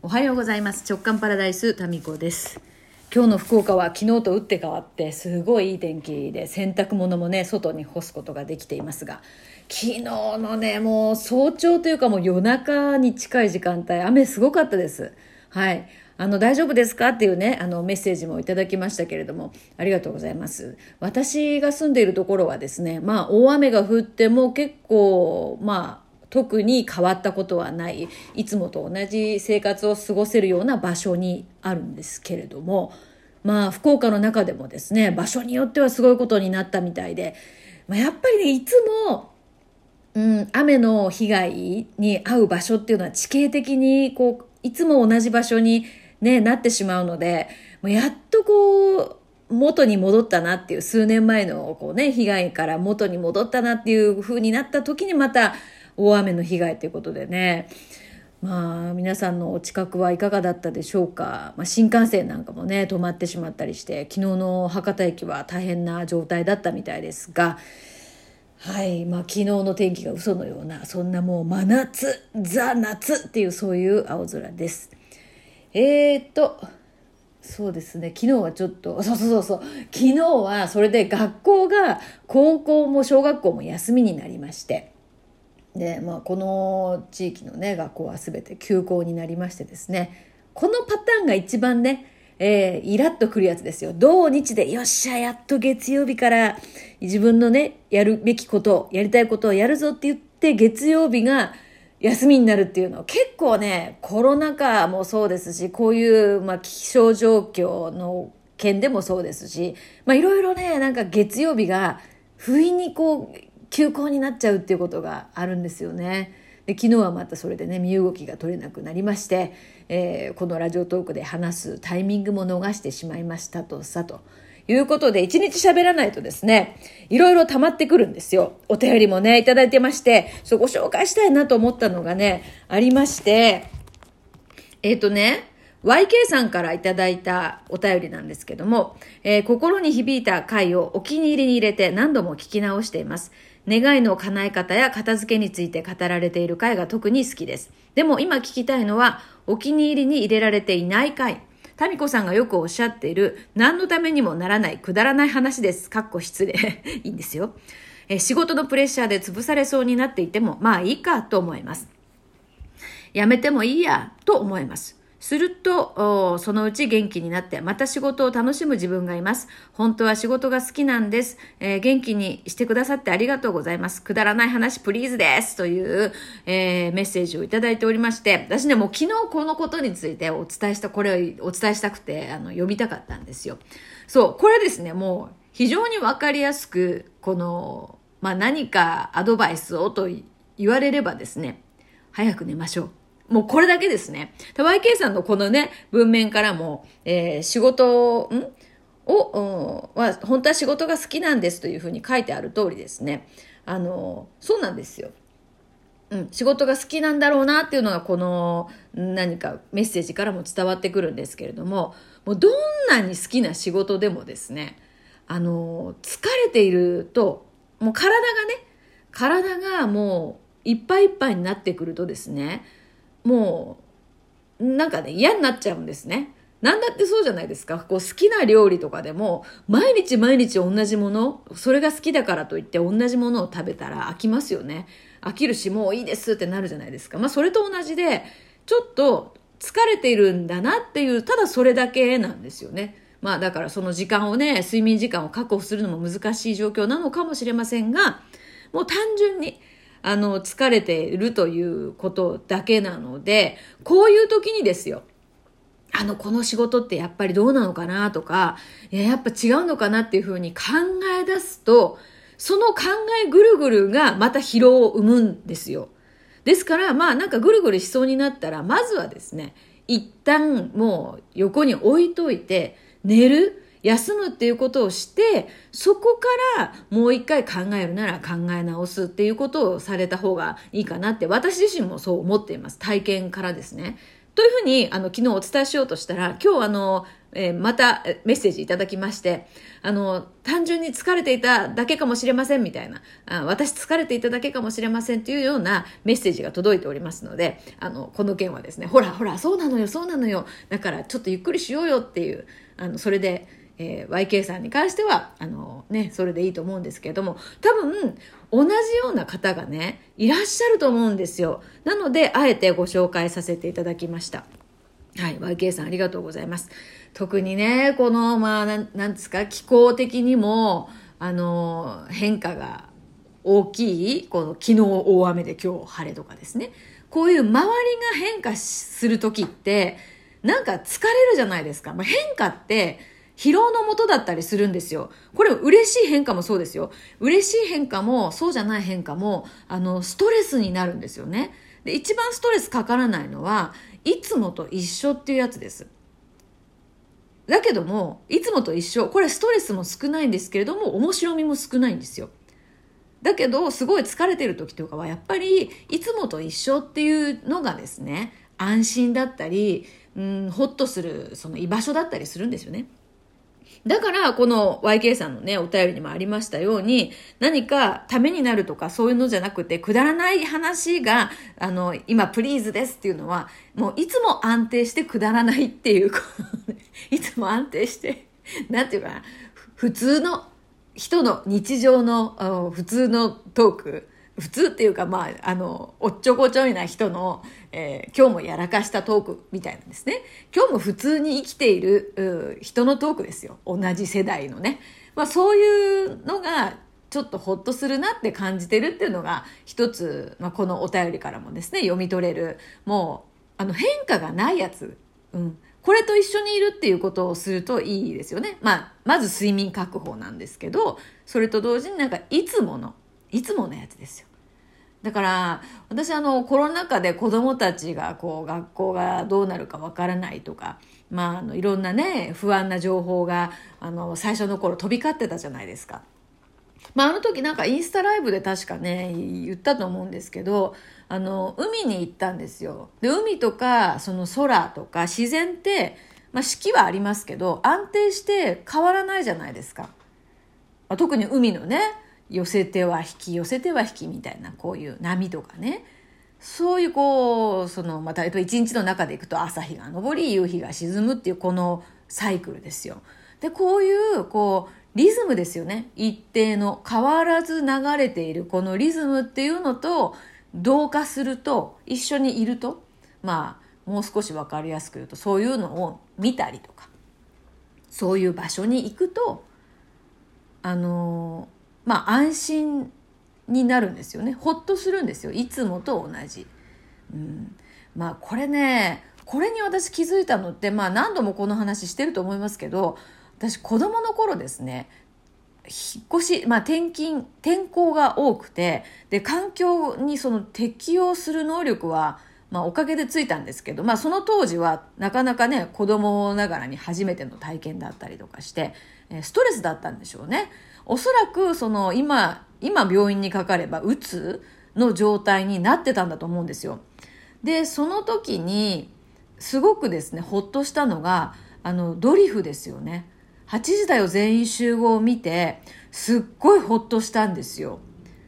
おはようございます。直感パラダイスタミコです。今日の福岡は昨日と打って変わってすごいいい天気で、洗濯物もね外に干すことができていますが、昨日のねもう早朝というかもう夜中に近い時間帯、雨すごかったです。はい、大丈夫ですかっていうねメッセージもいただきましたけれども、ありがとうございます。私が住んでいるところはですね、大雨が降っても結構特に変わったことはない、いつもと同じ生活を過ごせるような場所にあるんですけれども、福岡の中でもですね、場所によってはすごいことになったみたいで、やっぱりねいつも、雨の被害に遭う場所っていうのは地形的にいつも同じ場所に、なってしまうので、やっと元に戻ったなっていう、数年前の被害から元に戻ったなっていう風になった時にまた大雨の被害ということでね、皆さんのお近くはいかがだったでしょうか。新幹線なんかもね止まってしまったりして、昨日の博多駅は大変な状態だったみたいですが、はい、昨日の天気が嘘のような、そんなもう真夏、ザ夏っていう、そういう青空です。そうですね、昨日はちょっと昨日はそれで学校が、高校も小学校も休みになりまして、で、この地域のね学校は全て休校になりましてですね、このパターンが一番ね、イラッとくるやつですよ。土日でよっしゃやっと月曜日から自分のねやるべきこと、やりたいことをやるぞって言って、月曜日が休みになるっていうのは結構ね、コロナ禍もそうですし、こういう気象状況の件でもそうですし、いろいろね、なんか月曜日が不意に休校になっちゃうっていうことがあるんですよね。で、昨日はまたそれでね身動きが取れなくなりまして、このラジオトークで話すタイミングも逃してしまいましたということで、一日喋らないとですね、いろいろ溜まってくるんですよ。お便りもねいただいてまして、ご紹介したいなと思ったのがねありまして、YK さんからいただいたお便りなんですけども、心に響いた回をお気に入りに入れて何度も聞き直しています。願いの叶え方や片付けについて語られている回が特に好きです。でも今聞きたいのは、お気に入りに入れられていない回。タミコさんがよくおっしゃっている、何のためにもならないくだらない話です。失礼。いいんですよ。仕事のプレッシャーで潰されそうになっていても、いいかと思います。やめてもいいやと思います。すると、そのうち元気になってまた仕事を楽しむ自分がいます。本当は仕事が好きなんです。元気にしてくださってありがとうございます。くだらない話プリーズですという、メッセージをいただいておりまして、私ねもう昨日このことについてこれをお伝えしたくて呼びたかったんですよ。そう、これですね、もう非常にわかりやすく何かアドバイスをと言われればですね、早く寝ましょう。もうこれだけですね。YK さんのこのね、文面からも、仕事は、本当は仕事が好きなんですというふうに書いてある通りですね。そうなんですよ。仕事が好きなんだろうなっていうのが、この何かメッセージからも伝わってくるんですけれども、もうどんなに好きな仕事でもですね、疲れていると、もう体がもういっぱいいっぱいになってくるとですね、もう嫌になっちゃうんですね。なんだってそうじゃないですか。好きな料理とかでも毎日同じもの、それが好きだからといって同じものを食べたら飽きますよね。飽きるし、もういいですってなるじゃないですか。それと同じで、ちょっと疲れているんだなっていう、ただそれだけなんですよね。だからその時間をね、睡眠時間を確保するのも難しい状況なのかもしれませんが、もう単純に疲れているということだけなので、こういう時にですよ、この仕事ってやっぱりどうなのかなとか、やっぱ違うのかなっていうふうに考え出すと、その考えぐるぐるがまた疲労を生むんですよ。ですからぐるぐるしそうになったら、まずはですね、一旦もう横に置いといて、休むっていうことをして、そこからもう一回考えるなら考え直すっていうことをされた方がいいかなって、私自身もそう思っています。体験からですね。というふうに昨日お伝えしようとしたら、今日またメッセージいただきまして、単純に疲れていただけかもしれませんみたいな、私疲れていただけかもしれませんというようなメッセージが届いておりますので、この件はですね、ほら、そうなのよ。だからちょっとゆっくりしようよっていう、それで、YK さんに関しては、それでいいと思うんですけれども、多分、同じような方がね、いらっしゃると思うんですよ。なので、あえてご紹介させていただきました。はい、YK さんありがとうございます。特にね、この、なんですか、気候的にも、変化が大きい、この昨日大雨で今日晴れとかですね。こういう周りが変化するときって、なんか疲れるじゃないですか。変化って、疲労のもとだったりするんですよ。これ嬉しい変化もそうですよ。嬉しい変化もそうじゃない変化も、ストレスになるんですよね。で、一番ストレスかからないのは、いつもと一緒っていうやつです。だけども、いつもと一緒。これストレスも少ないんですけれども、面白みも少ないんですよ。だけど、すごい疲れてる時とかは、やっぱり、いつもと一緒っていうのがですね、安心だったり、ほっとする、その居場所だったりするんですよね。だから、この YK さんのね、お便りにもありましたように、何かためになるとかそういうのじゃなくて、くだらない話が、今プリーズですっていうのは、もういつも安定してくだらないっていう、いつも安定して、なんていうかな、普通の人の日常の普通のトーク、普通っていうか、おっちょこちょいな人の、今日もやらかしたトークみたいなんですね。今日も普通に生きている人のトークですよ。同じ世代のね。そういうのがちょっとほっとするなって感じてるっていうのが一つ、このお便りからもですね、読み取れる。もう、変化がないやつ。これと一緒にいるっていうことをするといいですよね。まず睡眠確保なんですけど、それと同時にいつものやつですよ。だから私コロナ禍で子供たちが学校がどうなるかわからないとか、いろんなね不安な情報が最初の頃飛び交ってたじゃないですか。あの時インスタライブで確かね言ったと思うんですけど、海に行ったんですよ。で海とかその空とか自然って、四季はありますけど安定して変わらないじゃないですか。特に海のね寄せては引き寄せては引きみたいなこういう波とかね、そういうまた一日の中でいくと朝日が昇り夕日が沈むっていうこのサイクルですよ。でこういうリズムですよね。一定の変わらず流れているこのリズムっていうのと同化すると、一緒にいると、もう少し分かりやすく言うとそういうのを見たりとか、そういう場所に行くと安心になるんですよね。ほっとするんですよ。いつもと同じ。これね、これに私気づいたのって、何度もこの話してると思いますけど、私子供の頃ですね、引っ越し、転校が多くて、で、環境にその適応する能力は、おかげでついたんですけど、その当時はなかなかね、子供ながらに初めての体験だったりとかして、ストレスだったんでしょうね。おそらく今病院にかかればうつの状態になってたんだと思うんですよ。でその時にすごくですねほっとしたのがドリフですよね。8時だよ全員集合を見てすっごいほっとしたんですよ。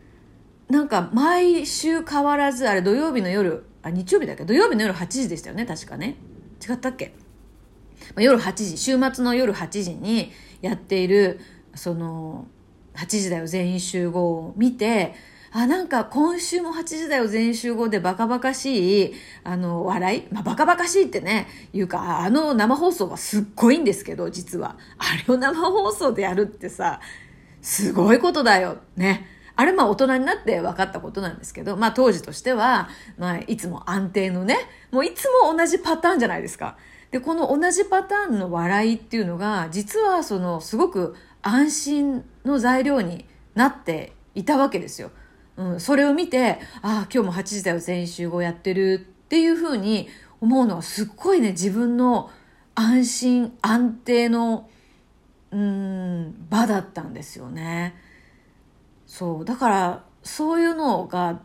毎週変わらず、あれ土曜日の夜、日曜日だっけ、土曜日の夜8時でしたよね、確かね。違ったっけ。夜8時、週末の夜8時にやっている8時だよ全員集合を見て、今週も8時だよ全員集合でバカバカしい笑い、バカバカしいってねいうか、生放送はすっごいんですけど、実はあれを生放送でやるってさすごいことだよね。あれ大人になって分かったことなんですけど、当時としては、いつも安定のね、もういつも同じパターンじゃないですか。でこの同じパターンの笑いっていうのが実はすごく安心の材料になっていたわけですよ。それを見て、今日も8時だよ全員集合やってるっていうふうに思うのはすっごいね、自分の安心安定の場だったんですよね。そうだからそういうのが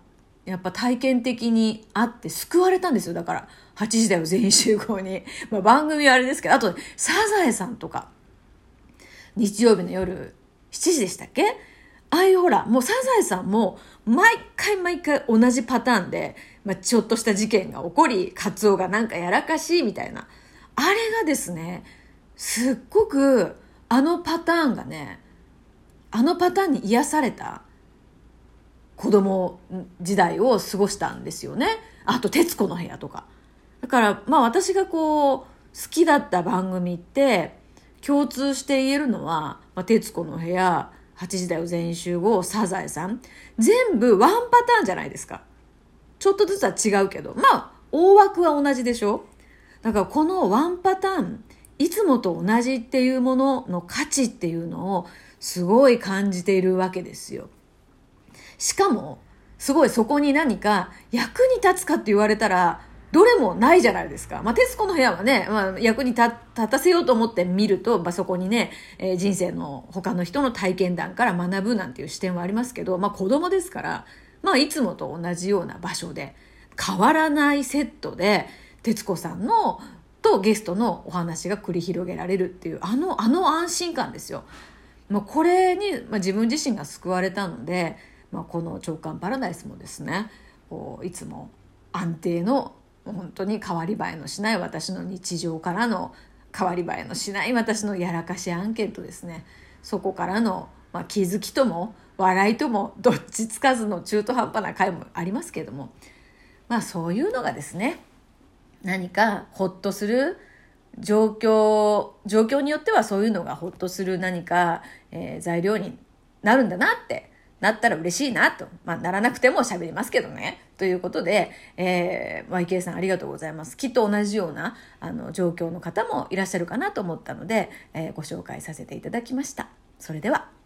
やっぱ体験的にあって救われたんですよ。だから8時だよ全員集合に、番組はあれですけど、あとサザエさんとか日曜日の夜7時でしたっけ、ああいうほらもうサザエさんも毎回同じパターンで、ちょっとした事件が起こり、カツオがなんかやらかしみたいな、あれがですね、すっごくあのパターンがね、あのパターンに癒された子供時代を過ごしたんですよね。あと徹子の部屋とか。だから私が好きだった番組って共通して言えるのは、徹子の部屋、8時だよ全員集合、サザエさん、全部ワンパターンじゃないですか。ちょっとずつは違うけど、大枠は同じでしょ。だからこのワンパターン、いつもと同じっていうものの価値っていうのをすごい感じているわけですよ。しかもすごいそこに何か役に立つかって言われたらどれもないじゃないですか。徹子の部屋はね、役に立たせようと思って見ると、そこにね、人生の他の人の体験談から学ぶなんていう視点はありますけど、子供ですから、いつもと同じような場所で変わらないセットで徹子さんのとゲストのお話が繰り広げられるっていうあの安心感ですよ。これに、自分自身が救われたので、この長官パラダイスもですね、いつも安定の本当に変わり映えのしない私の日常からの変わり映えのしない私のやらかし案件とですね、そこからの、気づきとも笑いともどっちつかずの中途半端な回もありますけれども、そういうのがですね、何かホッとする状況によってはそういうのがホッとする何か、材料になるんだなってなったら嬉しいなと、ならなくても喋りますけどね、ということで、YK さんありがとうございます。きっと同じような状況の方もいらっしゃるかなと思ったので、ご紹介させていただきました。それでは。